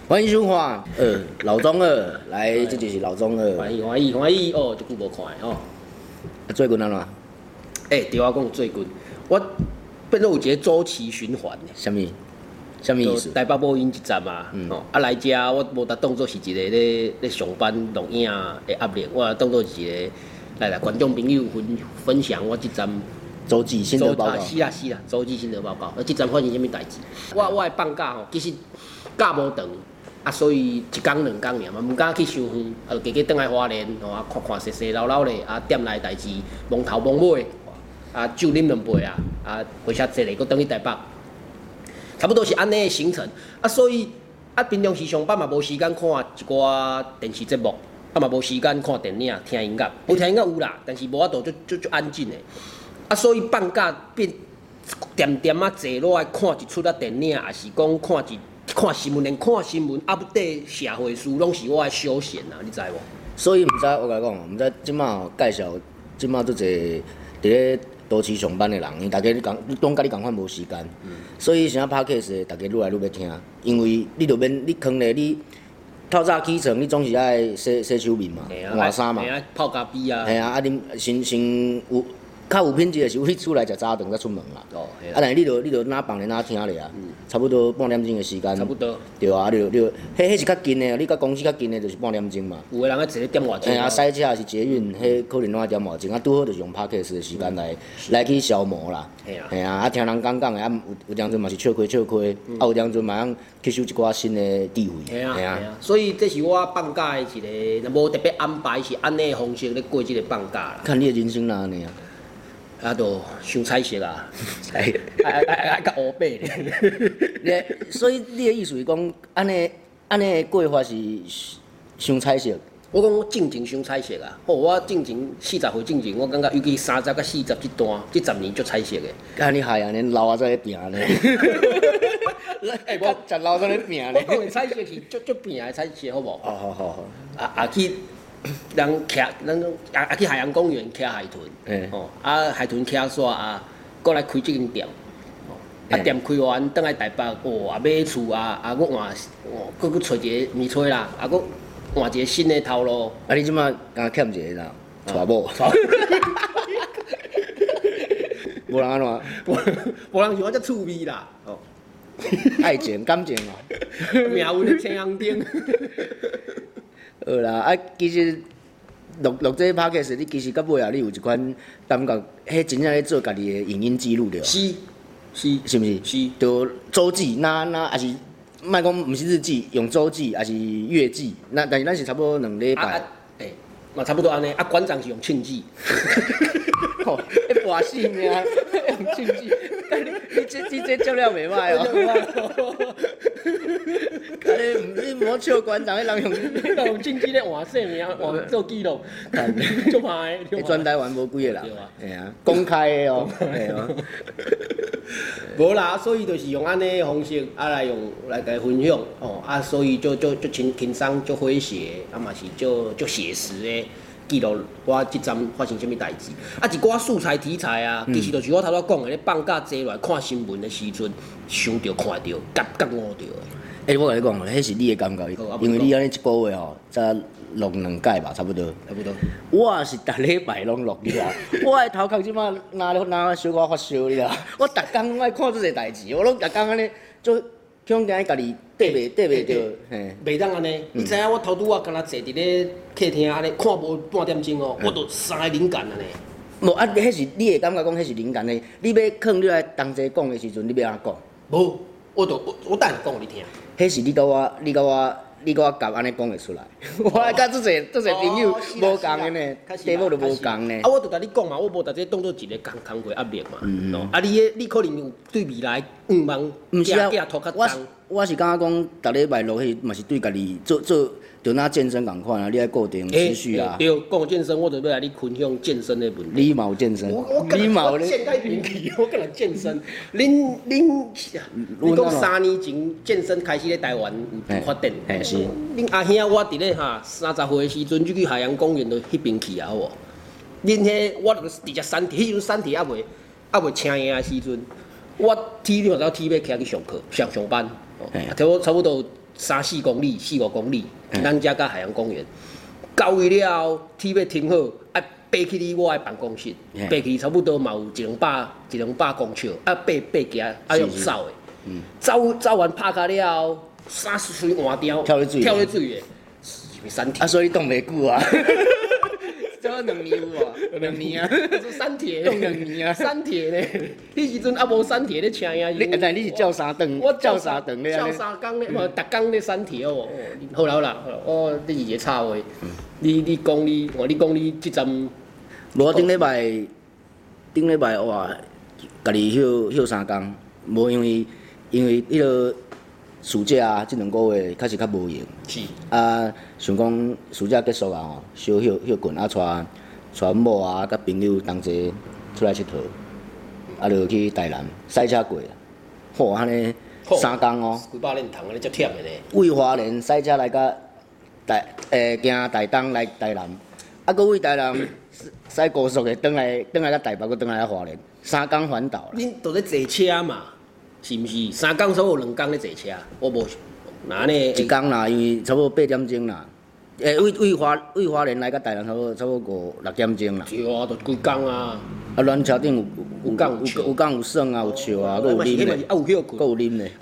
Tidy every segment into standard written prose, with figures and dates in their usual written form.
欢迎收看老中二，来，这就是老中二。 欢迎哦，足久无看的哦。 最近安怎？ 对我讲最近，我变做有一个周期循环的。 什么意思？ 台北某音一站嘛，来遮我无当做是一个咧上班录影的压力，我当做是一个来观众朋友分享我这站周记心得报告。 是啦，周记心得报告。这站发生什么代志？我的放假吼，其实假无长。所以一天两天尔嘛，毋敢去伤远，加转来花莲，看细细老咧，店内代志，忙头忙尾，酒啉两杯回车坐咧，搁转去台北，差不多是安尼的行程。所以平常时上班嘛无时间看一寡电视节目，嘛无时间看电影、听音乐。听音乐有啦，但是无法度就安静的。所以放假变点坐落来看一出电影，也是讲看新闻，连看新闻update社会事，拢是我的休闲啊，你知无？ 所以毋知我甲你讲，毋知即马介绍，即马做侪伫咧都市上班的人，因大家拢甲你共款无时间，所以像Podcast大家愈来愈要听，因为你着免你囥咧你透早起床，你总是爱洗手面嘛，换衫嘛， 泡咖啡啊， 啉先有。较有品质的是，你出来食早顿才出门啦。但是你着哪放咧哪听咧啊？差不多半点钟的时间。 差不多。 对啊，迄是较近的，你甲公司较近的，就是半点钟嘛。 有个人爱坐咧点外钟。 塞车是捷运，迄可能拢爱点外钟，拄好就是用 Podcast 的时间来去消磨啦。听人讲有当阵嘛是笑亏，有当阵嘛通吸收一寡新的智慧。 所以这是我放假的一个，无特别安排是安尼的方式咧过这个放假啦。 看你的人生哪安尼啊？ 都伤彩色啊，爱甲乌白咧。 所以你的意思是讲，安尼的过法是伤彩色？ 我讲正经伤彩色啊！我正经40岁正经，我感觉尤其30到40这段，这10年足彩色的。 啊，你害啊，连老啊在咧拼咧。我食老在咧拼咧。 我讲的彩色是足拼的彩色，好无？ 好。 去。人去海洋公园骑海豚，海豚骑煞过来开这间店，店开完倒来台北，买厝我搁找一个面吹啦，搁换一个新的头路。 你即马刚欠一个啦，娶某。无人安怎？ 无人像我遮趣味啦， 爱情感情嘛， 命运的青红灯。 好啦，其实录这个 podcast， 你其实到尾啊，你有一款感觉，迄真正咧做家己的影音记录了。是毋是？ 是。 就周记，那也是，莫讲毋是日记，用周记还是月记，但是咱是差不多2礼拜。 嘛差不多安尼。馆长是用庆记。 迄博死命用庆记，你这照料袂歹哦。你莫笑馆长，迄人用庆记咧换姓名，换做记录，足歹。 全台湾无几个人，嘿啊，公开的哦。 无啦，所以就是用安尼的方式来甲伊分享所以就轻松、就诙谐，嘛是就写实的记录我即站发生什么代志。一寡素材题材其实就是我头仔讲的，咧放假坐落来看新闻的时阵，想到看到，觉悟到的。 我甲你讲，迄是你的感觉，因为你安尼一个月才录2届吧，差不多。我是逐礼拜拢录你啦，我的头壳即马哪小可发烧你啦，我逐工拢爱看这个代志，我拢逐工安尼就恐惊家己缀袂着， 袂当安尼。你知影我头拄敢若坐伫咧客厅安尼看无半点钟我都3个灵感安尼。 无迄是你会感觉讲迄是灵感的，你要囥你来同齐讲的时阵，你要安怎讲？ 无，我等下讲互你听。 迄是你甲我夹安尼讲会出来，我甲足侪朋友无共的呢，题目就无共呢。 我就甲你讲嘛，我无把这当做一个工课压力嘛。你可能有对未来望寄托较重。 我是感觉讲，逐礼拜录迄嘛是对家己做，就那健身共款你爱固定持续啊。 对，讲健身，我就要来你分享健身的问题。 你嘛有健身？ 我现在名气，我个人健身。你讲3年前健身开始咧台湾有发展， 是。 恁阿兄我伫咧30岁的时阵就去海洋公园就迄边去啊，好无？恁迄我直接山体，迄阵山体还袂请赢的时阵，我体力要骑去上课上班。差不多 3、4公里、4、5公里，咱遮到海洋公园。到位了，天要停好，啊，爬去我的办公室，爬去差不多嘛有100-200公尺，啊，爬行，啊用走的，走完拍卡了，衫随换掉，跳咧水的，是咪三铁？ 啊，所以你冻袂久啊。 这2年有无？2年啊，做三铁， 冻2年啊， 三铁呢？迄时阵啊无三铁咧请呀。 但你是叫三顿， 我叫三顿咧。 叫三工咧，逐工咧三铁哦。好啦，你是个插话。你讲你即阵， 无顶礼拜哇，家己休3工，无因为迄个暑假啊，即2个月确实较无闲。 是。 啊，想讲暑假结束啊吼，小休困啊，带某啊，甲朋友同齐出来佚佗，啊，就去台南赛车过啊。嚯，安尼3工哦。 几百年头，安尼足忝的咧。 为花莲赛车来甲行台东来台南，啊，搁为台南驶高速的，转来甲台北，搁转来花莲，3工环岛啦。 恁都咧坐车嘛？是毋是3工所有2工咧坐车？我无，那安尼 1工啦，因为差不多8点钟啦。为花莲来甲台南差不多5-6点钟啦。 对啊，都几工啊。 啊，咱车顶有讲有耍啊，有笑啊，搁有啉咧， 啊有休困， 搁有啉咧。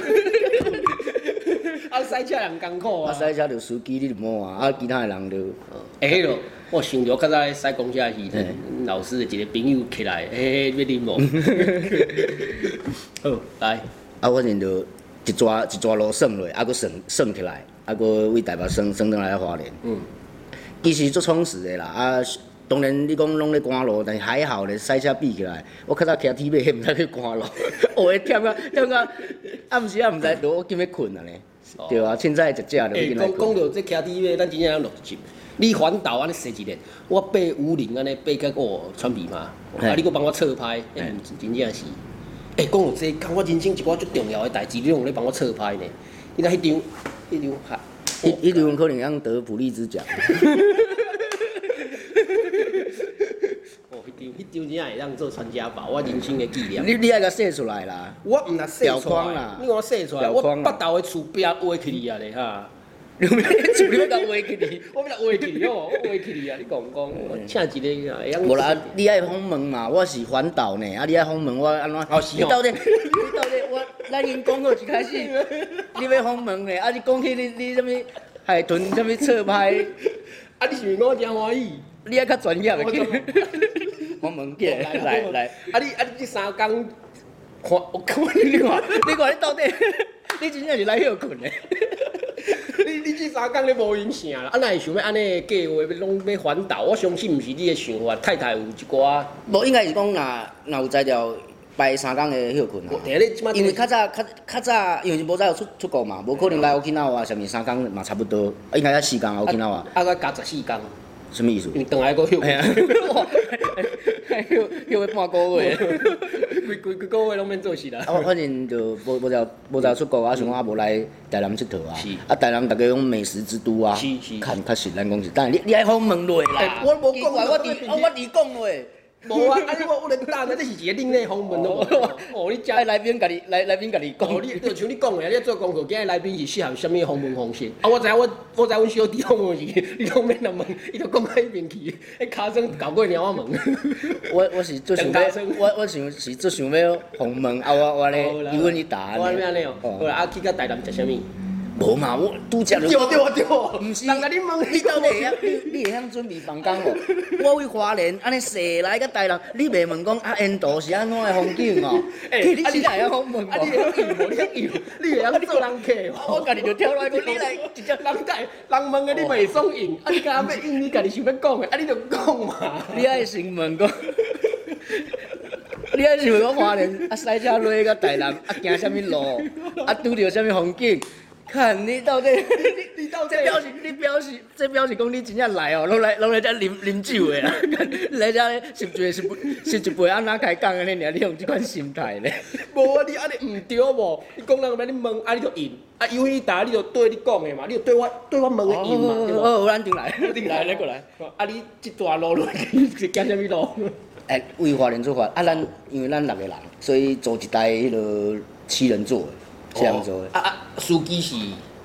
啊，赛车人艰苦啊！ 啊，赛车就司机你就摸啊，啊，其他的人就。 迄落，我想着较早咧驶公车时阵，老师的一个朋友起来，要啉无？好，来。 啊，反正就一抓路算落，啊，搁算起来，啊，搁为台北算转来花莲。其实足充实的啦，啊，当然你讲拢咧赶路，但是还好咧，赛车比起来，我较早骑铁马，毋使去赶路，会忝到暗时啊，毋知落我今要困啊咧。对啊，凊彩食食就已经来困。 讲到这骑铁马，咱真正要录一集。你环岛安尼踅一日，我爬武陵安尼爬甲穿皮嘛，啊，你搁帮我侧拍，真正是。讲到这，讲我人生一寡最重要的代志，你拢咧帮我侧拍呢。你看迄张迄张可能让得普利兹奖。 迄张真会当做传家宝，我人生的纪念。 你爱甲写出来啦。 我毋若写出来，你看我写出来，我北投的厝壁画起你啊咧哈。 你要厝你要甲画起你， 我要画起你哦，我画起你啊！你讲，我请一个会晓。 无啦，你爱访问嘛，我是环岛呢，啊，你爱访问我安怎？你到底咱已经讲好一开始，你要访问呢，啊，你讲起你什物海豚什物侧拍， 啊，你是我真欢喜。 你爱较专业的去。访问起来， 啊你这3工，我看你看你到底，你真正是来休困的。 你这3工你无影啥啦？啊，哪会想要安尼计划，要拢要环岛？我相信毋是你的想法，太太有一寡。 无应该是讲，若有才调排3工的休困啊。因为较早，因为无早有出国嘛，无可能来 Okinawa 啥物3工嘛差不多，应该才4工 Okinawa。 啊，佮加14工。 什么意思？ 因为转来个休。 休半个月。 规个月拢免做事啦。 啊，反正就无早出国啊，想讲啊无来台南佚佗啊。是。啊，台南大家讲美食之都啊。是。看确实，咱讲是，但你爱访问落啦。 我无讲， 我伫讲话。 无啊，我咧等啊，这是一个另类访问咯。哦，你遮来宾家己讲。 哦，你就像你讲的，你做功课，今日来宾是适合什么访问方式？啊，我知阮小弟访问是，你拢免人问，伊就讲迄边去，迄尻川搞过鸟仔问。 我是最想要，我是最想要访问，啊我咧疑问你答案。 我安尼哦，好啦，啊去到台南食啥物？ 无嘛，我拄则就。 对， 毋是。 人甲你问， 你到底会晓？你会晓准备房间无？我为花莲安尼踅来到台南，你袂问讲啊，沿途是安怎的风景哦？你真会晓访问无？ 啊，你会晓应无？你会晓做人客无？ 我家己就跳来，你来直接人问的你袂爽应，啊，你敢要应你家己想要讲的，啊，你就讲嘛。 你爱先问讲。你爱想讲花莲啊，赛车落到台南啊，行啥物路？啊，拄着啥物风景？看你到底，你到底这表示讲你真正来哦，拢来遮啉酒的啦，来遮食一杯安那开讲安尼尔，你用这款心态咧？ 无啊，你安尼毋对无？你讲人要你问，啊你就应，啊因为答你就对你讲的嘛，你就对我问的应嘛，对无？ 哦，咱顶来，来过来。 啊你这段路是行啥物路？ 为花莲出发，啊因为咱6个人，所以租一台迄个7人座的。这样做的司机是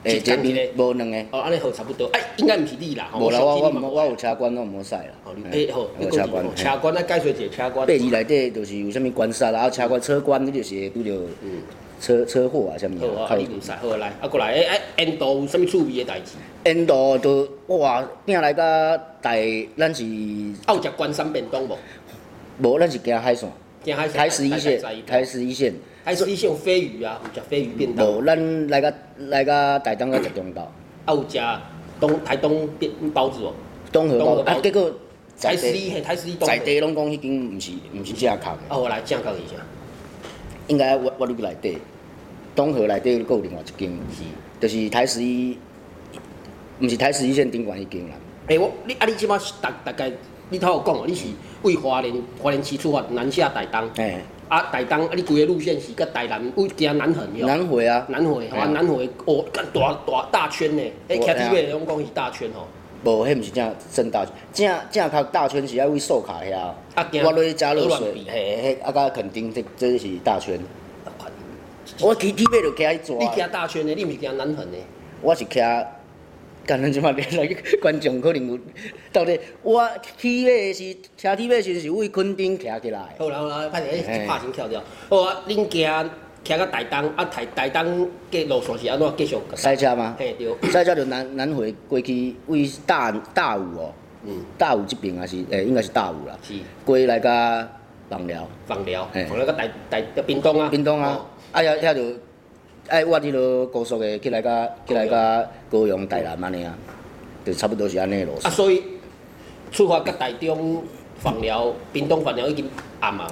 一个面无两个。 哦，安尼好差不多。哎，应该毋是你啦， 无啦，我有车管，我毋好驶啦。 哦，你好， 有车管。 车管，咱解说一下车管。 八字内底就是有啥物管刹啦，车管你就是会拄着车祸啊，啥物啊。好啊，你毋使，好来，过来，沿途有啥物趣味的代志？ 沿途都哇，拼来甲咱是。 有食关山便当无？ 无，咱是行海线。台11线，台11线。 台11线有飞鱼啊，有食飞鱼便当。 无，咱来甲台东甲食中岛。 有食台东包子哦。 东河包啊，结果台11 在地拢讲迄间毋是正确的。 哦，我来正确一下。 应该我入去内底，东河内底佫有另外一间，就是台11，毋是台11线顶悬迄间啦。 你即摆大概你头有讲哦，你是为花莲市出发南下台东。台东你规个路线是甲台南行南横哟。 南回啊。 南回哦，干大圈呢。徛伫尾拢讲是大圈吼。 无，迄毋是正大圈，正确大圈是爱为寿卡遐。我落去加热水，甲垦丁这是大圈。我起尾就徛迄你徛大圈的，你毋是徛南横的。 我是徛。干咱即马观众可能有到底，我起尾是为垦丁徛起来。 好啦，歹势，拍先跳掉。好啊，恁徛到台东，台东嘅路线是安怎继续？ 赛车吗？ 嘿，对。 赛车就南回过去为大武哦。大武这边也是应该是大武啦。 是。 过来甲枋寮。 枋寮到屏东啊。 屏东啊，遐就。挖迄落高速的，起来甲高雄、台南安尼啊，就差不多是安尼路线。 所以出发甲台中、枋寮、屏东、枋寮已经暗啊。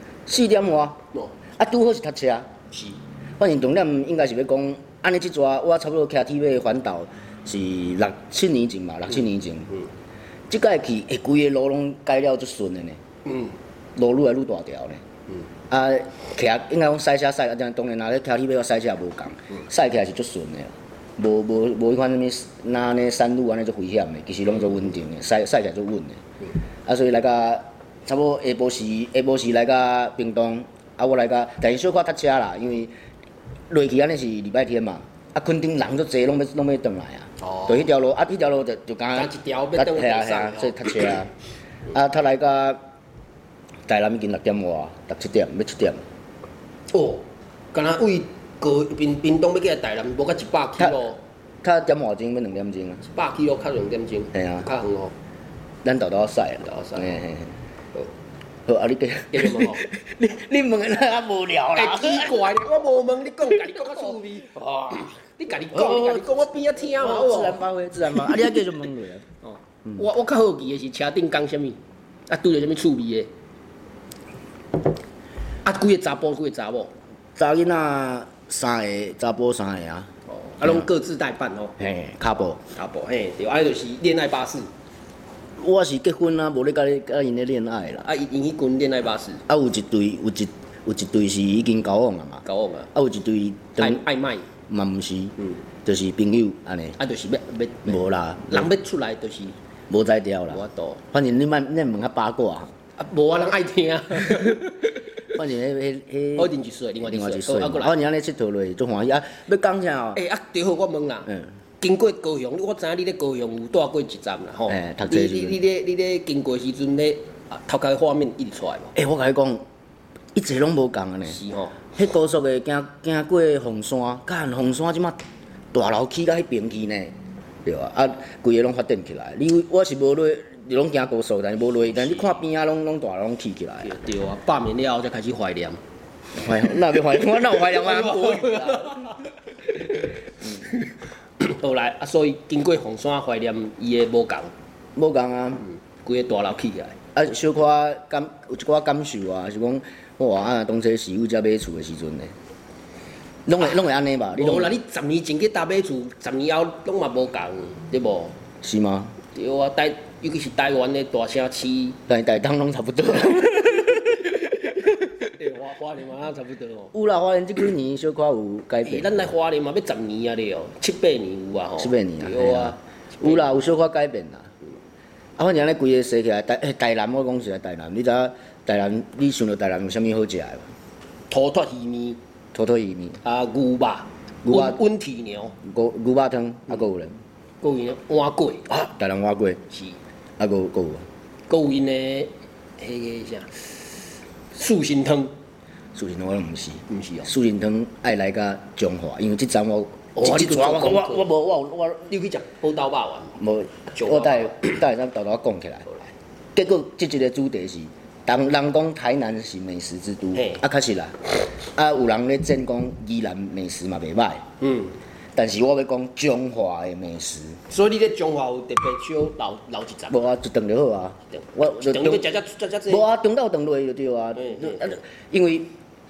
4点外。拄好是塞车。 是。 反正重点应该是要讲，安尼即抓我差不多徛体尾环岛是6-7年前嘛，6-7年前。即摆去，规个路拢改了足顺的呢。路愈来愈大条呢。徛应该讲赛车赛，当然咧徛体尾个赛车也无共，赛起来是足顺的，无迄款啥物那呢山路安尼足危险的，其实拢足稳定的，赛起来足稳的。所以来甲差不多下晡时来甲屏东，我来甲，但是小可塞车啦，因为落去安尼是礼拜天嘛，垦丁人足济，拢要转来啊。就迄条路，迄条路就敢一条要转去第三。 所以塞车啊。他来甲。台南已經6點外，6、7點，要7點。 哦，敢若为屏東要去台南，無甲100 km。 較點外鐘要2點鐘啊。 100 km 較2點鐘。 係啊。 較遠哦。 咱豆豆賽啊。好，你繼續問我。你問的那無聊啦。 奇怪咧，我無問你講，家己講較趣味。你家己講，我邊仔聽嘛。 自然發揮，自然發揮。你還繼續問落哦。我較好奇的是車頂講啥物，拄着啥物趣味的。幾個查甫，幾個查某？ 查囡仔3個，查甫3個啊。 攏各自代辦哦。 嘿，couple。 嘿，對，安尼就是戀愛巴士。 我是結婚啊，無咧甲因咧戀愛啦。 因迄群戀愛巴士。 有一對是已經交往啊嘛。 交往啊。 有一對曖昧。 嘛毋是，就是朋友安尼。 就是要。 無啦。 人要出來就是。 無才調啦。 無法度。 反正你問較八卦。 無啊，人愛聽。 反正我一定一歲，另外一歲。 反正安尼佚佗落足歡喜啊！要講啥哦？ 對好，我問啦。經過高雄，我知影你咧高雄有住過一站啦，吼。你咧經過時陣咧，頭殼畫面一直出來無？ 我甲你講，一切攏無共安尼。 是吼。 迄高速的行過鳳山，干鳳山即馬大樓起到迄邊去呢，對啊，規個攏發展起來。我是無落。你拢行高速，但是无落去，但你看邊仔攏大攏起來。 對啊，罷免了後才開始懷念。 哪要懷念？我哪有懷念？我無去好來所以經過鳳山懷念伊個無共。 無共啊！ 規個大樓起起來。 小可有一寡感受啊，是講哇，當初師傅才買厝的時陣呢，攏會安尼吧？ 無啦，你10年前去搭買厝，10年後攏嘛無共，對無？ 是嗎？ 對啊，尤其是台灣的大城市， 但台東攏差不多。 花蓮嘛差不多哦。 有啦，花蓮這幾年小可有改變。 咱來花蓮嘛要10年啊咧哦，7、8年有啊吼。 7、8年啊。 對啊。 有啦，有小可改變啦。反正咧規個踅起來，台南我講實在台南，你知影台南？你想到台南有啥物好食的無？ 土魠魚麵。 土魠魚麵。 牛肉。 温体牛， 牛肉汤，啊，还有咧， 还有因碗粿， 啊，台南碗粿， 是， 啊，还有， 还有因的迄个啥素心汤， 素心汤我都毋是， 毋是哦。 素心汤爱来甲中华，因为即站我哦， 即抓我无你去食宝刀肉丸， 无，我等下豆豆讲起来。结果即一个主题是，人讲台南是美食之都，啊，确实啦。啊，有人咧赞讲宜兰美食嘛袂歹，但是我要讲中华的美食。 所以你咧中华有特别少留一集。 无啊，一顿就好啊。我就顿去食。 无啊，中昼顿落就对啊。因为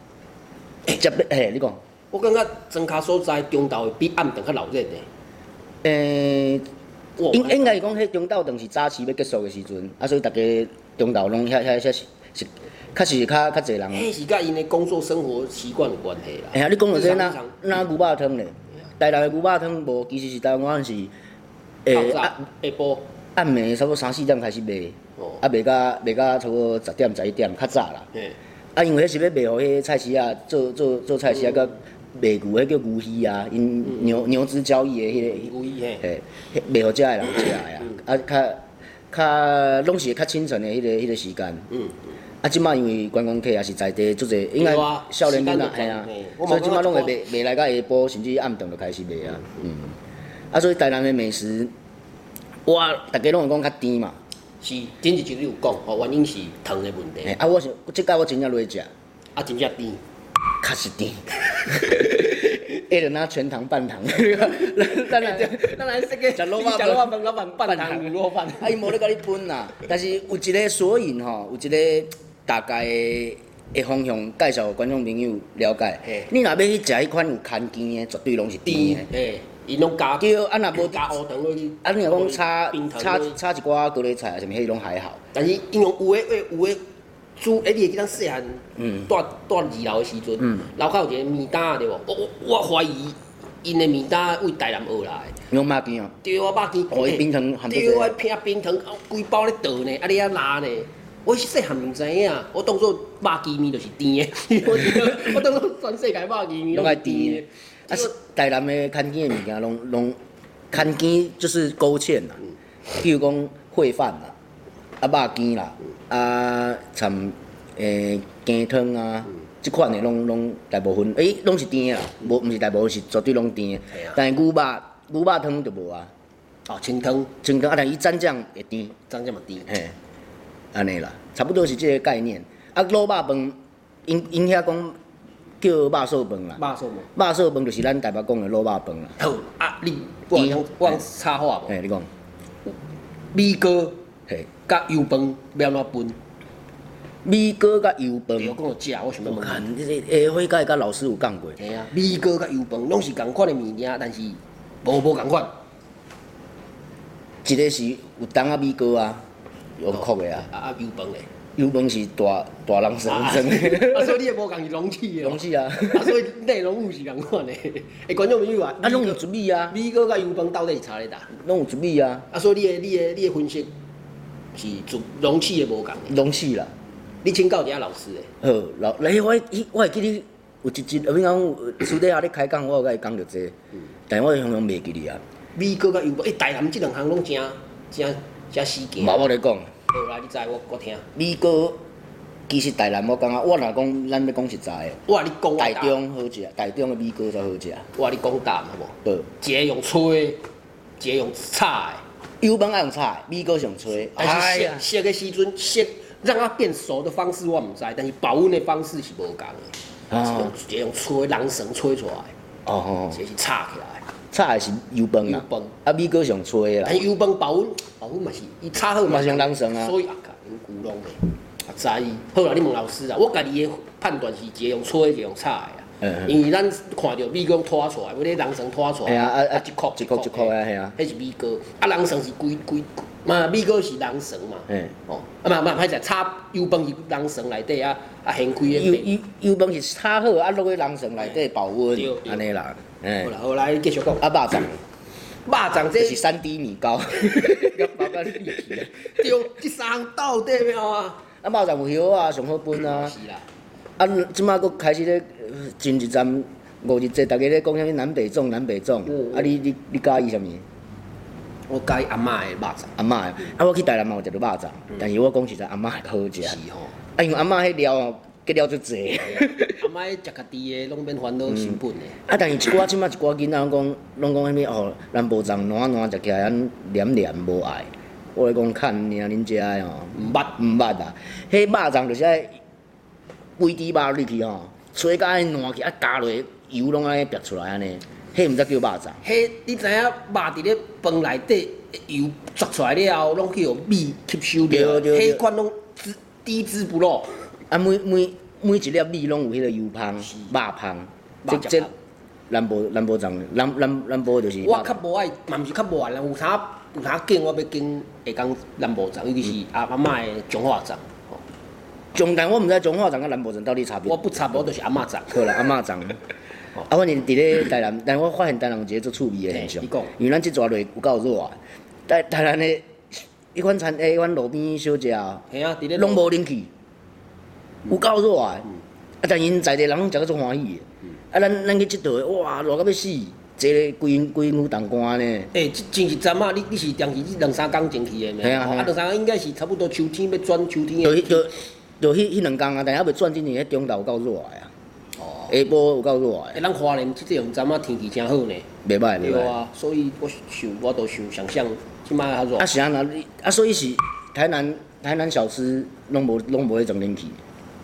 你讲。 我感觉庄卡所在中昼比暗顿较热热的。 应该是讲，迄中昼顿是早市要结束的时阵，啊，所以大家中昼拢遐是确实较侪人。 迄是甲因的工作生活习惯有关系啦。 哎呀，你讲到这哪牛肉汤咧？台南的牛肉汤无，其实是台湾是下晡暗暝差不多3、4点开始卖，啊卖到差不多10点11点，较早啦。啊，因为迄是要卖互迄菜市啊，做菜市啊，甲卖牛，迄叫牛鱼啊，因牛只交易的迄个。 牛鱼嘿。 卖互遮的人食的啊，较拢是较清晨的迄个时间。啊，即摆因为观光客也是在地足侪，应该少年囡仔嘿啊，所以即摆拢会卖来到下晡，甚至暗顿就开始卖啊。啊，所以台南的美食，大家拢会讲较甜嘛。 是，前一集你有讲，原因是糖的问题。 啊，即摆我真正落去食。 啊，真正甜。 确实甜。下着那全糖半糖， 当然这个食卤肉饭，老板半糖卤肉饭。 啊，伊无咧甲你分啦，但是有一个索引吼，有一个大概的方向介绍观众朋友了解。你若要去食迄款有牵甜的，绝对拢是甜的。 伊拢加叫啊，若无加乌糖落去。 啊，你若讲炒一寡高丽菜啊，什物迄拢还好。 但是因为有诶。你会记咱细汉，住二楼的时阵，楼口有一个面摊对无？我怀疑因的面摊为台南学来。 用肉羹啊？ 对啊，肉羹。 哦，伊冰糖含对啊，拼冰糖，规包咧倒呢，啊你遐拉呢？我细汉毋知影，我当作肉羹面就是甜的，我当作全世界肉羹面拢是甜的。 啊，台南的牵甜的物件，拢牵甜就是勾芡啦，比如讲烩饭啦。啊，肉羹啦，啊，掺鸡汤啊，即款的拢大部分，拢是甜的啦，毋是大部分是绝对拢甜的。但是牛肉汤就无啊。 哦，清汤啊，但伊蘸酱会甜， 蘸酱嘛甜。 嘿，安尼啦，差不多是这个概念。啊，卤肉饭，因遐讲叫肉燥饭啦。肉燥饭就是咱台北讲的卤肉饭啦。 好，啊，我插话无？ 嘿，你讲。 米糕。 嘿。 甲油饭要安怎分？ 米糕甲油饭。 我讲到食，我想要问。 看，下回甲老师有讲过。 嘿啊，米糕甲油饭拢是共款的物件，但是无共款。 一个是有当啊米糕啊，用壳的啊。 啊油饭嘞？ 油饭是大人生的。 啊，所以你也无共是容器的。 容器啊。 啊，所以内容物是共款的。观众朋友啊， 啊，拢有一米啊。 米糕甲油饭到底是差咧搭？ 拢有一米啊。 啊，所以你的分析。是容器的无共。 容器啦， 你请教一下老师诶。 好，我会记你有一比如讲私底下咧开讲，我有甲伊讲着这，但我常常袂记哩啊。 米糕甲油饭，台南即两项拢真死劲。 嘛，我咧讲。 好啦，你知我听。 米糕其实台南我感觉，我若讲咱要讲实在诶。 我你讲台中好食，台中的米糕才好食。 我你讲答好无？好。一个用吹，一个用炒诶。 油饭爱用炒，米糕是用吹。 但是熟的时阵，让它变熟的方式我唔知，但是保温的方式是无共的。是用吹人绳吹出来。哦。这是炒起来。 炒的是油饭啦。油饭。啊，米糕是用吹啦。 但油饭保温嘛是，伊炒好嘛是用人绳啊。 所以因古拢袂。知。好啦，你问老师啊，我家己的判断是一个用吹，一个用炒的。因为咱看到米糕拖出来，我咧人绳拖出来，一箍啊，系啊， 迄是米糕，啊人绳是规，嘛米糕是人绳嘛，嘛歹势炒油饭是人绳内底啊掀开的。 油饭是炒好啊，落去人绳内底保温，安尼啦。 好来继续讲。 啊，肉粽这是3D 米糕，包到立体啊。 对，这三到底了啊。 啊，肉粽有叶啊，上好分啊。是啦。啊，即摆佫开始咧进一站 5日节大家咧讲啥物南北粽，啊你介意啥物？ 我介意阿嬷的肉粽。 阿嬷的，啊我去台南嘛有食到肉粽，但是我讲实在阿嬷的好食。 是吼。 啊因为阿嬷迄料哦，计料足济。 阿嬷食家己的，拢免烦恼成本的。 啊，但是即摆囝仔拢讲迄物哦，南部粽烂食起来黏无爱。我来讲看尔恁遮的吼，毋捌啊。迄肉粽就是爱规支肉入去吼，吹甲安烂去，啊加落油拢安尼煏出来安尼，迄毋则叫肉粽。 迄你知影肉伫咧饭内底油抓出来了后，拢去互米吸收着，迄款拢滴之不漏。 啊，每一粒米拢有迄个油香、肉香，这南部粽，南部就是。 我较无爱，嘛毋是较无爱，有啥紧，我要紧会讲南部粽，尤其是阿嬷的中华粽。 但我毋知中华粽甲南部粽到底差别。 我不差无，就是阿嬷粽。 好啦，阿嬷粽。啊，反正伫咧台南，但我发现台南有一个足趣味的现象，因为咱即抓落有够热啊。台南的迄款路边小食，拢无冷气，有够热啊！啊，但因在地人拢食个足欢喜的。啊，咱去佚佗，哇，热到要死，坐咧规副冬瓜呢。 真是阵啊！你是当时2-3工前去的咩？ 啊 ，2-3工应该是差不多秋天要转秋天的。 就迄2工啊，但还未转之前，迄中昼有够热的啊。下晡有够热的。 咱花莲即阵阵啊天气真好呢。 袂歹。 对啊，所以我都想象，即摆较热。 啊是安那？所以是台南小吃拢无迄种冷气。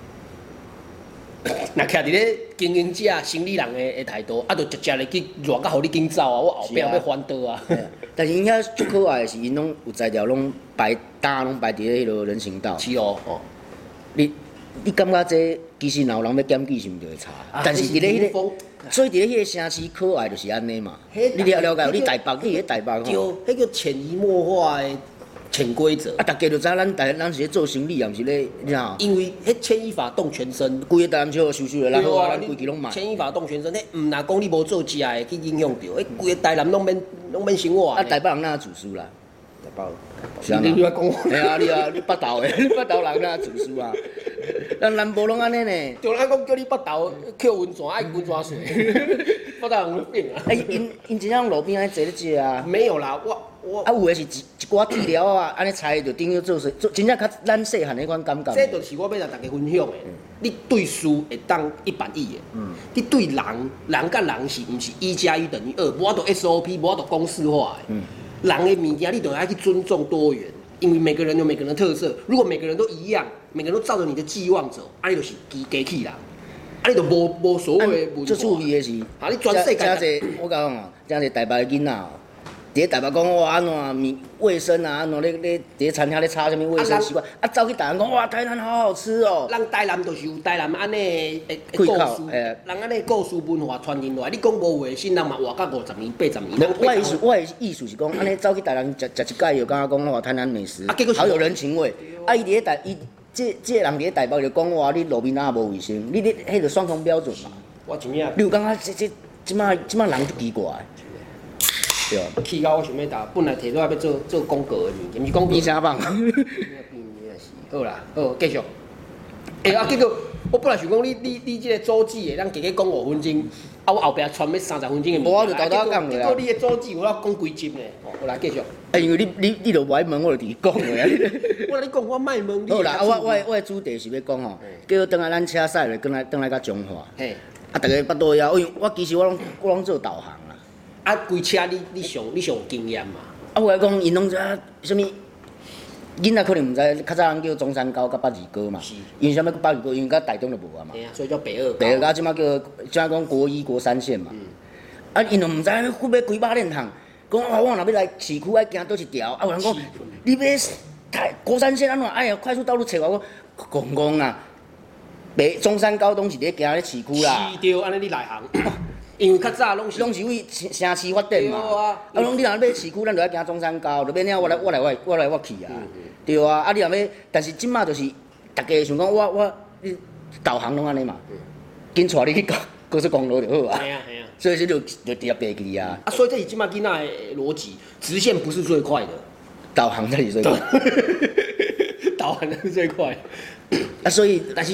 若徛伫咧经营者、生理人的态度，啊，就直接咧去热甲互你紧走啊！我后壁要翻倒啊！ 但是因遐足可爱的是，因拢有材料拢摆拢摆伫咧迄落人行道。 是哦， 你感觉这其实若有人要检举是毋就会查，但是伫咧迄个，所以伫咧迄个城市可爱就是安尼嘛。你了解？你台北，你伫台北吼。 就迄个潜移默化的潜规则。 啊，大家就知咱是咧做生意，也毋是咧，你知影？ 因为迄牵一发动全身， 规个台南市收收的，然后咱规期拢买。 牵一发动全身，迄毋若讲你无做食的去影响着，迄规个台南拢免生活。 啊，台北人哪自私啦？ 台北。 是安那？ 你讲？ 嘿啊，你北投的，你北投人哪自私啊？咱南部拢安尼呢。 就咱讲叫你北投捡温泉，爱温泉水，北投人都变啊。 因真正路边安坐咧食啊。 没有啦，我啊，有的是一寡鸷料啊，安尼菜就等于做真正较咱细汉迄款感觉。 这就是我要甲大家分享的。你对事会当100亿的，你对人甲人是毋是1+1等于2？无法度 SOP， 无法度公式化的。人的物件你都要去尊重多元，因为每个人有每个人的特色。如果每个人都一样，每个人都照着你的寄望走，啊，你就是机器人，啊，你就无所谓的文化。 最趣味的是， 啊，你全世界真济，我甲讲哦，真济台北的囡仔哦，伫咧台北讲哇安怎卫生啊，安怎咧伫餐厅咧炒啥物卫生习惯，啊走去台南讲哇台南好好吃哦。 咱台南就是有台南安尼的故事，人安尼故事文化传承落来。你讲无卫生，人嘛活到50年、80年。 我的意思是讲，安尼走去台南食一摆，就感觉讲哇台南美食，好有人情味。啊，伊伫咧这个人伫咧台北就讲哇，你路边哪无卫生，你迄个双重标准嘛。 我真正。 你有感觉即摆人足奇怪。对啊。 气到我想要打，本来摕出来要做广告的物件，毋是广告。 变啥棒？ 好啦，好继续。结果我本来想讲你这个周记的，咱加讲5分钟，啊，我后壁传要30分钟的。 无啊，就豆豆讲结果你的周记我要讲几集呢？好啦，继续。 因为你就无爱问，我就直讲的啊。 我你讲我卖问你。 好啦，我的主题是要讲吼，叫做等下咱车驶落，转来到中华。嘿。啊，大家捌倒遐，因为我其实我拢做导航啦。 啊，规车你上经验嘛？ 啊，我来讲，因拢啥物？囡仔可能毋知，较早人叫中山高甲八二高嘛，因为啥物八二高，因为甲台中就无啊嘛。 所以叫北二。 北二高即马讲国1、国3线嘛。啊，因都毋知要开几百链趟，讲我若要来市区爱行倒一条，啊有人讲你要国3线安怎？哎呀，快速道路找我讲啊，中山高东是咧行咧市区啦。 是对，安尼你内行。因为较早拢是为城市发展嘛，啊，拢你若要市区，咱就要行中山高，就免了我来去啊，对啊，啊你若要，但是即马就是大家想讲我导航拢安尼嘛，紧带你去高速公路就好啊， 系啊， 所以这就直接爬去啊。 啊，所以这是即马囡仔的逻辑，直线不是最快的， 导航才是最快， 导航才是最快。 啊，所以但是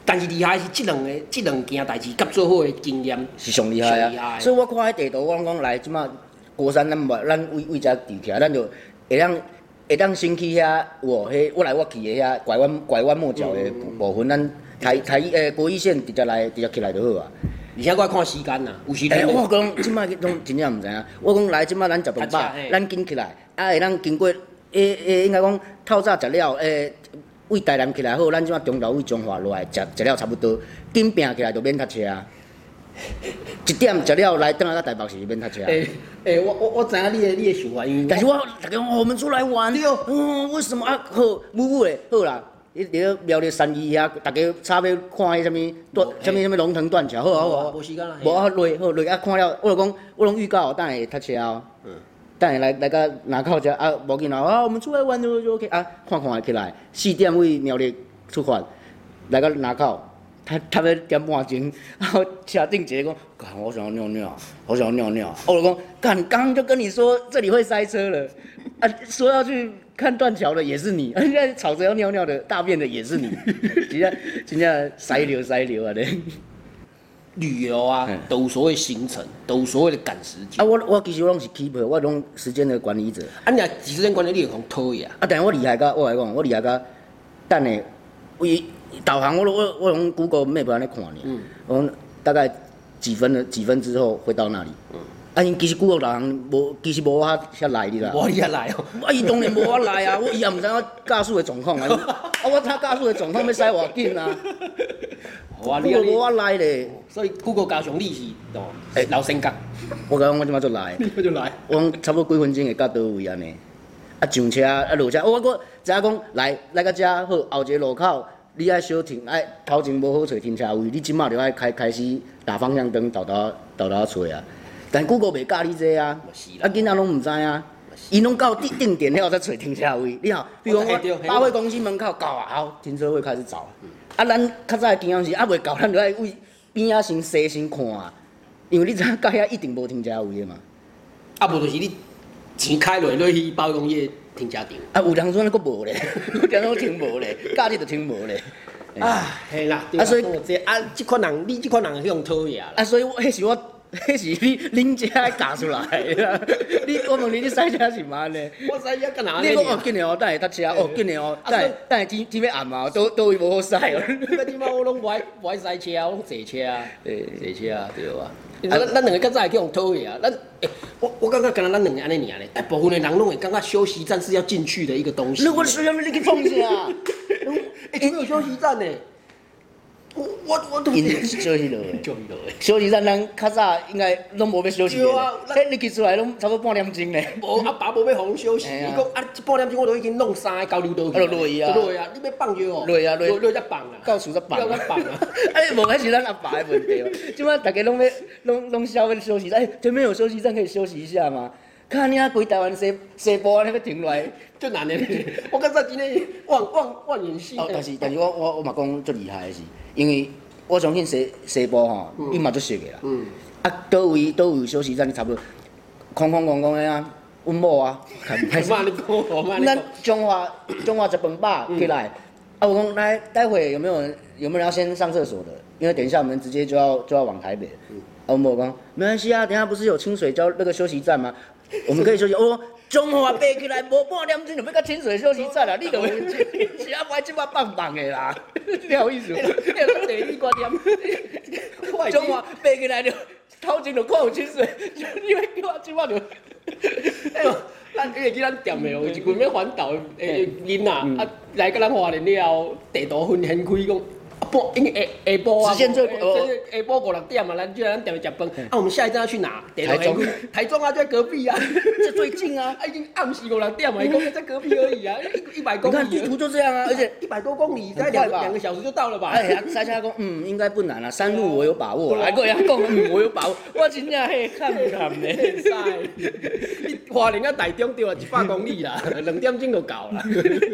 但是厉害是即两件代志甲做好的经验是上厉害啊！所以我看迄地图，我讲来即马高山咱为遮住起来，咱就会当先去遐迄我来我去的遐拐弯抹角的部分，咱国一线直接起来就好啊。 而且我爱看时间呐，有时阵。 我讲即摆拢真正毋知影。我讲来即摆咱食饭饱，咱紧起来，会当经过应该讲透早食了为台南起来好，咱即摆中昼为中华落来食了差不多，紧拼起来就免塞车啊。1点食了来，等下到台北市免塞车。 我知影你的想法，因为但是大家我们出来玩，为什么啊？好，母嘞，好啦。迄个苗栗山医遐，大家差要看迄什么龙腾断桥，好啊好啊。 无时间啦。 无啊，落啊看了，我就讲，我拢预告，等下会塞车哦。等下来到南口遮啊，无紧啊，我们出来玩就 OK 啊，看起来4点为苗栗出发，来到南口，他要点半钟，然后车顶一个讲，干，我想要尿尿，我想要尿尿，我就讲，干，刚就跟你说这里会塞车了，啊，说要去看断桥的也是你，现在吵着要尿尿的、大便的也是你，真正塞流啊！ 旅游啊，都有所谓行程，都有所谓的赶时间。 啊，我其实拢是 keeper， 我拢时间的管理者。 啊，你时间管理你会讲讨厌啊？ 啊，但是我厉害到，我来讲，我厉害到，等下为导航我用 Google Map 安尼看呢，我讲大概几分之后会到那里。啊，因其实 Google 导航其实无我遐来你啦。 无你遐来哦。 啊，伊当然无我来啊，伊也毋知影加速的状况啊。啊，我查加速的状况要驶偌紧啊。Google 无我来咧。 所以 Google 加上你是哦，老性格。 我讲我即马就来。 你就来。 我讲差不多几分钟会到倒位安尼。啊，上车啊落车，我知影讲来到遮好，后一个路口你爱小停，头前无好找停车位，你即马就爱开始打方向灯，豆找啊。但 Google 袂教你这啊，囡仔拢毋知啊，伊拢到定点了才找停车位。你好，比如讲我百货公司门口到啊，好停车位开始找。啊，咱较早经验是未到，咱就爱为边仔先踅先看啊，因为你知影到遐一定无停车位的嘛。 啊，无就是你钱开落去百货公司停车场。 啊，有当阵佫无咧，有当阵停无咧，假日就停无咧。 啊，系啦，啊所以即款人，你即款人迄种讨厌啦。 啊，所以迄是恁遮教出来啦。我问你赛车是嘛安尼？ 我赛车干哪？ 你讲哦，紧的哦，等下塞车哦，紧的哦，等下天要暗嘛，倒位无好驶哦。 啊，即摆我拢无爱赛车啊，我拢坐车啊，坐车啊，对吧？咱两个较早会去用讨厌啊，我感觉敢若咱两个安尼尔咧，大部分的人拢会感觉休息站是要进去的一个东西。 我为什么你去创啥？ 没有休息站呢？我都休息落诶，休息站咱较早应该拢无要休息。对啊，你去出来拢差不多半点钟咧。 无啊，爸无要互阮休息。伊讲啊，这半点钟我都已经弄三个交流道去。落去啊！你要放药哦。落才放啊。到厝才放。才放啊！ 无迄是咱阿爸的问题哦。即摆大家拢消费休息站，前面有休息站可以休息一下吗？看你啊，规台湾西部安尼要停落来， 就难的。我感觉真诶万言戏。 但是我嘛讲最厉害的是。因为我相信西部吼，伊嘛足熟的啦。啊，倒位休息站，你差不多空空的啊，阮某啊，咱中华食饭饱起来，啊，我讲来，待会有没有人要先上厕所的？因为等一下我们直接就要往台北。啊，阮某讲没关系啊，等下不是有清水交那个休息站吗？我们可以休息。我说中华爬起来无半点钟就要到清水休息站啦，你就是啊，我即摆放的啦，你好意思？ 第一观念， 中华爬起来就头前就看有清水，你要叫我即摆就， 哎呦，咱会记咱店的有一群要环岛的囡仔，啊来甲咱花莲了，地图分现开讲。因为下晡啊，下晡5、6点嘛，咱就咱店里食饭。啊，我们下一站要去哪？台中啊，就在隔壁啊， 这最近啊， 已经暗时5、6点嘛，一公里在隔壁而已啊，100公里。 你看地图就这样啊，而且 100多公里，才2个小时就到了吧？ 哎呀，塞车讲应该不难啊，山路我有把握。来过呀，讲我有把握，我真正嘿看呢。 塞，你花莲啊台中对啊100公里啦，2点钟就到啦。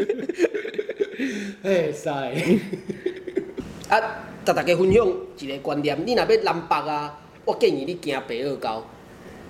哎塞。啊，甲大家分享一个观念，你若要南北啊，我建议你行北二高。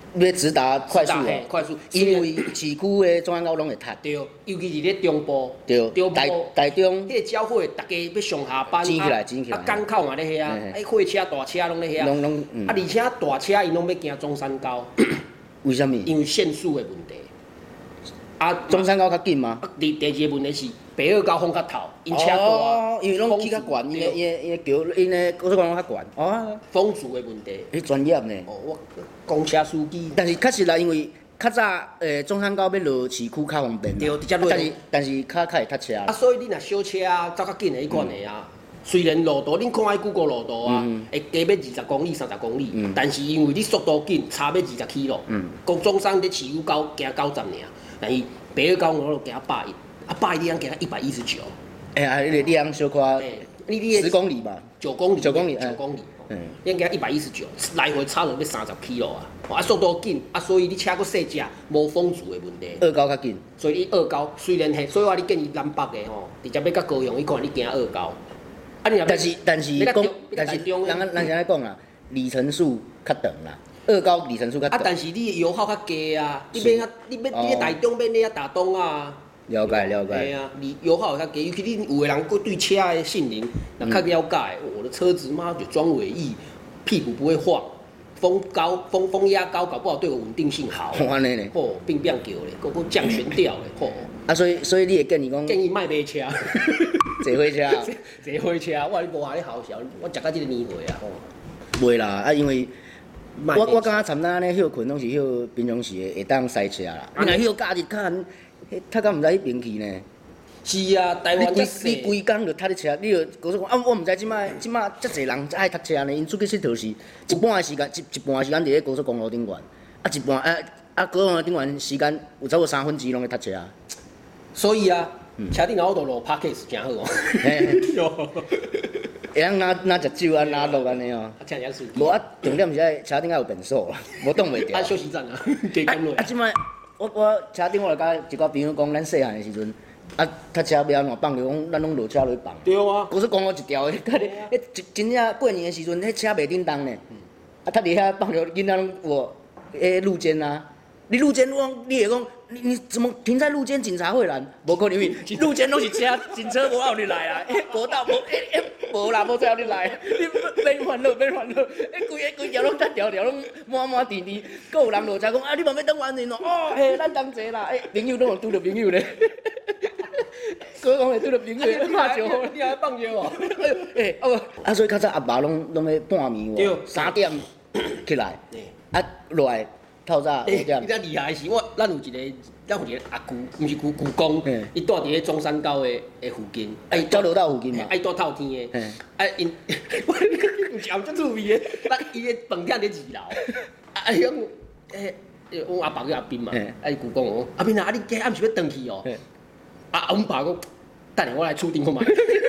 要直达快速嘿快速因为市区的中山高拢会塌。 对，尤其是咧中部， 对， 中部台中迄个交汇，大家要上下班， 挤起来挤起来啊，港口嘛咧遐，货车、大车拢咧遐， 拢而且大车因拢要行中山高， 为什么？ 因为限速的问题。啊， 中山高较紧吗？ 第二个问题是北二高风较透，因车大， 因为拢起较悬，因桥因的高速公路较悬。 风阻的问题。 迄专业呢？ 我公车司机。 但是确实啦，因为较早中山高要落市区较方便。 对，直接落。 但是较会塞车。 啊，所以你若小车走较紧的迄款的啊，虽然路途恁看迄 Google 路途啊，会加要20公里、30公里，但是因为你速度紧，差要20 km。讲中山伫市区高行90尔。但是北二高我行110，110你通行119。 哎呀，你通小可10公里吧 ？9公里。 9公里。 你行119，来回差了要30 km 啊！啊，速度紧，啊，所以你车搁细只，无风阻的问题。 二高较紧。 所以你二高虽然嘿，所以我你建议南北的吼，直接要到高雄，你看你行二高。啊，你但是咱是安尼讲啦，里程数较长啦。二高里程数较短， 但是你的油耗较低啊！你咧台中免咧打东啊。 了解。 系啊，你油耗较低，尤其你有的人对车的性能那较了解。我的车子妈就装尾翼，屁股不会晃，风压高，搞不好对我稳定性好。 安尼呢？ 哦，并叫咧，个降悬吊咧，哦。 啊，所以你会建议讲？ 建议卖买车， 坐火车。 坐火车，我无下咧好笑，我食到即个年岁啊，吼。 袂啦，啊，因为。我感觉参咱安尼休困拢是休平常时会当塞车啦。你若休假日较敢毋知迄边去呢？ 是啊，台湾你规工就踏咧车，你就高速讲啊，我毋知即摆遮济人爱踏车呢，因出去佚佗是一半的时间，一半的时间伫咧高速公路顶悬，啊一半高速公路顶悬时间有超过1/3拢咧踏车。 所以啊，车顶后头路 Parkes 真好哦。 会当拿食酒啊，拿落安尼哦。无啊，重点是爱车顶爱有便所啦，无挡袂掉。 休息站啊，加减落。 即摆我车顶我就甲一个朋友讲，咱细汉的时阵，踏车要安怎放着讲，咱拢落车落去放。 对啊。 高速公路一条的，真正过年的时阵，迄车袂叮当呢。踏伫遐放着囡仔拢有路肩啊。你路肩你会讲，你怎么停在路肩？警察会来？无可能，因为路肩拢是车，警车无后你来啊！国道无啦，无再后你来，你免烦恼，规条拢条拢满甜，搁有人落车讲啊，你嘛要等完人哦？哦，嘿，咱同齐啦，朋友拢有拄着朋友咧，哥讲会拄着朋友拍招呼， 你还放药哦？所以较早阿爸拢咧半暝3点起来，落来。透早5点。 你知厉害是，咱有一个阿舅，毋是舅公，伊住伫咧中山高的附近， 交流道附近嘛， 住透天的，因，有一项足趣味的，伊的饭店伫2楼，我阿爸叫阿斌嘛，舅公讲，阿斌啊，你今暗时要转去哦？阮爸讲，等下我来厝顶看卖。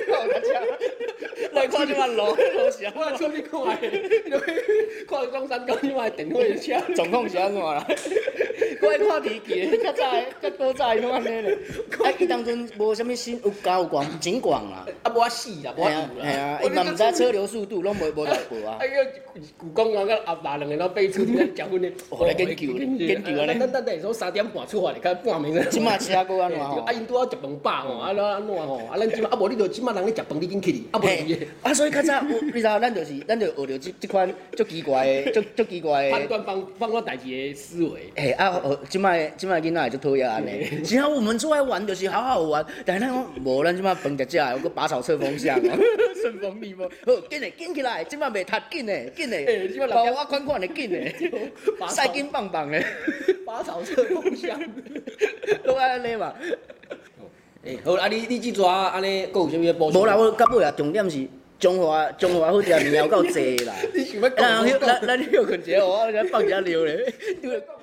来看即摆路啥？我来厝顶看下，看中山高即摆电火车状况是安怎啦？我爱看天气，较早拢安尼咧。伊当阵无啥物新有高有悬真悬啦。 无啊死啦，无啊有啦。 系啊，伊嘛毋知车流速度，拢无读过啊。 舅公啊，甲阿爸两个人爬厝顶咧食薰咧， 来研究咧。 咱等下3点半出发，较半暝。 即摆车搁安怎吼？ 因拄好食饭饱吼，安怎吼？咱即摆无你着即摆人咧食饭，你紧去哩，无。 所以较早你知道，咱就学着即款足奇怪的判断方法代志的思维。 即摆囡仔会足讨厌安尼。只要我们出来玩，就是好好玩。但是咱讲无，咱即摆饭食食，有个拔草测风向哦，顺风逆风。好，紧起来，即摆袂塌，紧嘞，包我款的紧嘞，赛紧棒棒嘞， 拔草测风向， 都安尼嘛。 好，你即抓安尼，佫有啥物补充？ 无啦，我到尾啊，重点是。中华好食面有够济啦！ 你想要讲？ 咱休困一下，我放一下尿咧。